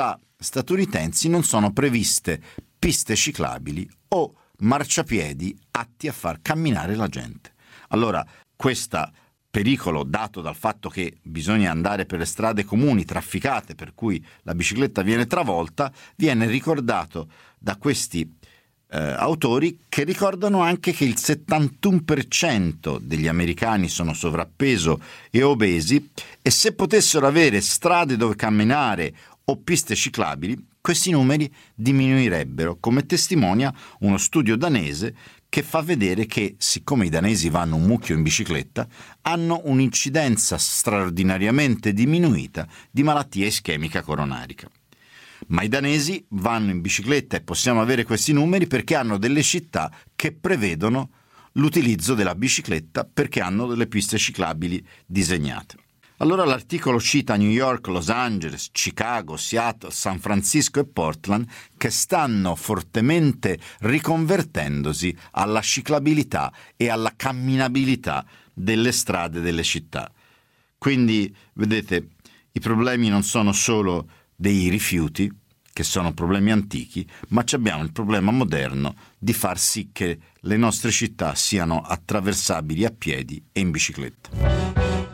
statunitensi non sono previste piste ciclabili o marciapiedi atti a far camminare la gente. Allora, questo pericolo dato dal fatto che bisogna andare per le strade comuni trafficate, per cui la bicicletta viene travolta, viene ricordato da questi eh, autori, che ricordano anche che il settantuno per cento degli americani sono sovrappeso e obesi, e se potessero avere strade dove camminare o piste ciclabili, questi numeri diminuirebbero, come testimonia uno studio danese che fa vedere che, siccome i danesi vanno un mucchio in bicicletta, hanno un'incidenza straordinariamente diminuita di malattia ischemica coronarica. Ma i danesi vanno in bicicletta, e possiamo avere questi numeri perché hanno delle città che prevedono l'utilizzo della bicicletta perché hanno delle piste ciclabili disegnate. Allora l'articolo cita New York, Los Angeles, Chicago, Seattle, San Francisco e Portland, che stanno fortemente riconvertendosi alla ciclabilità e alla camminabilità delle strade delle città. Quindi, vedete, i problemi non sono solo dei rifiuti, che sono problemi antichi, ma abbiamo il problema moderno di far sì che le nostre città siano attraversabili a piedi e in bicicletta.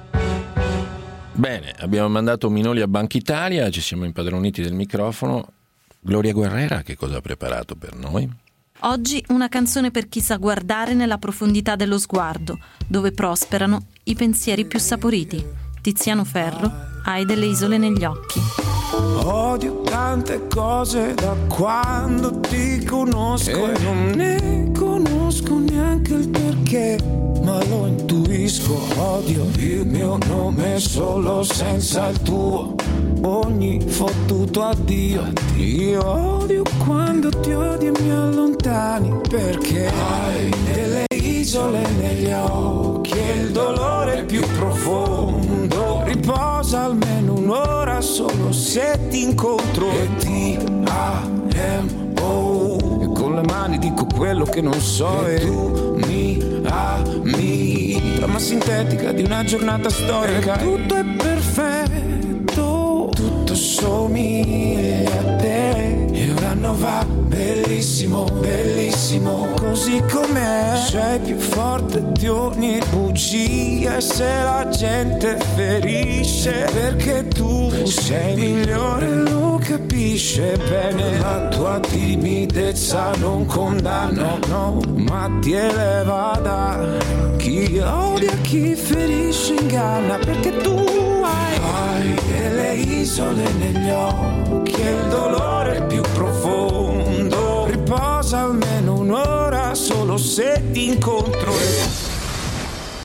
Bene, abbiamo mandato Minoli a Banca Italia, ci siamo impadroniti del microfono. Gloria Guerrera che cosa ha preparato per noi? Oggi una canzone per chi sa guardare nella profondità dello sguardo, dove prosperano i pensieri più saporiti. Tiziano Ferro, Hai delle isole negli occhi. Odio tante cose da quando ti conosco e non ne conosco neanche il perché, ma lo intuisco. Odio il mio nome solo senza il tuo, ogni fottuto addio. Io odio quando ti odi e mi allontani, perché hai delle isole negli occhi e il dolore più profondo riposa almeno un'ora solo se ti incontro. E T A M O, e con le mani dico quello che non so, e tu mi ami. Trama sintetica di una giornata storica, e tutto è perfetto, tutto somiglia a te, e un anno va bellissimo, bellissimo, così com'è. Sei più forte di ogni bugia, e se la gente ferisce, perché tu sei migliore, lo capisce bene. La tua timidezza non condanna, no, ma ti eleva da chi odia, chi ferisce, inganna, perché tu hai, hai delle isole negli occhi e il dolore più profondo riposa almeno un'ora solo se ti incontro.